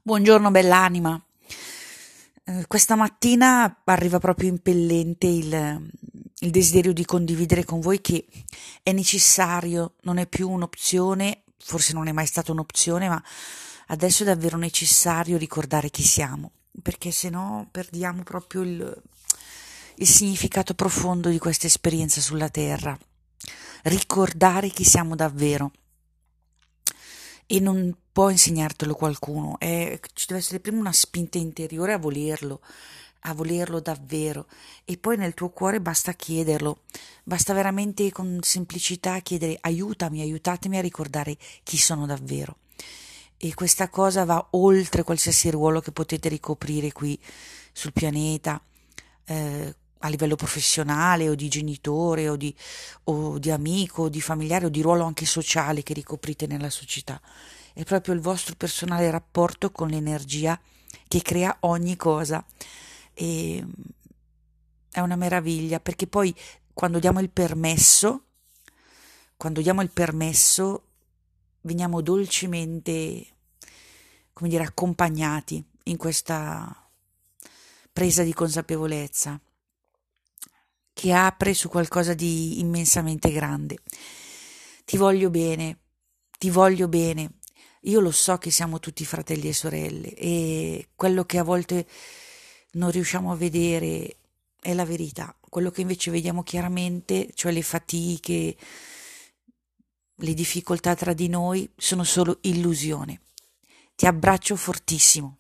Buongiorno bell'anima. Questa mattina arriva proprio impellente il desiderio di condividere con voi che è necessario, non è più un'opzione, forse non è mai stata un'opzione, ma adesso è davvero necessario ricordare chi siamo, perché se no perdiamo proprio il significato profondo di questa esperienza sulla Terra. Ricordare chi siamo davvero. E non può insegnartelo qualcuno, ci deve essere prima una spinta interiore a volerlo davvero, e poi nel tuo cuore basta chiederlo, basta veramente con semplicità chiedere aiutami, aiutatemi a ricordare chi sono davvero. E questa cosa va oltre qualsiasi ruolo che potete ricoprire qui sul pianeta, a livello professionale o di genitore o di amico o di familiare o di ruolo anche sociale che ricoprite nella società. È proprio il vostro personale rapporto con l'energia che crea ogni cosa, e è una meraviglia, perché poi quando diamo il permesso, veniamo dolcemente, come dire, accompagnati in questa presa di consapevolezza che apre su qualcosa di immensamente grande. Ti voglio bene, ti voglio bene. Io lo so che siamo tutti fratelli e sorelle, e quello che a volte non riusciamo a vedere è la verità. Quello che invece vediamo chiaramente, cioè le fatiche, le difficoltà tra di noi, sono solo illusione. Ti abbraccio fortissimo.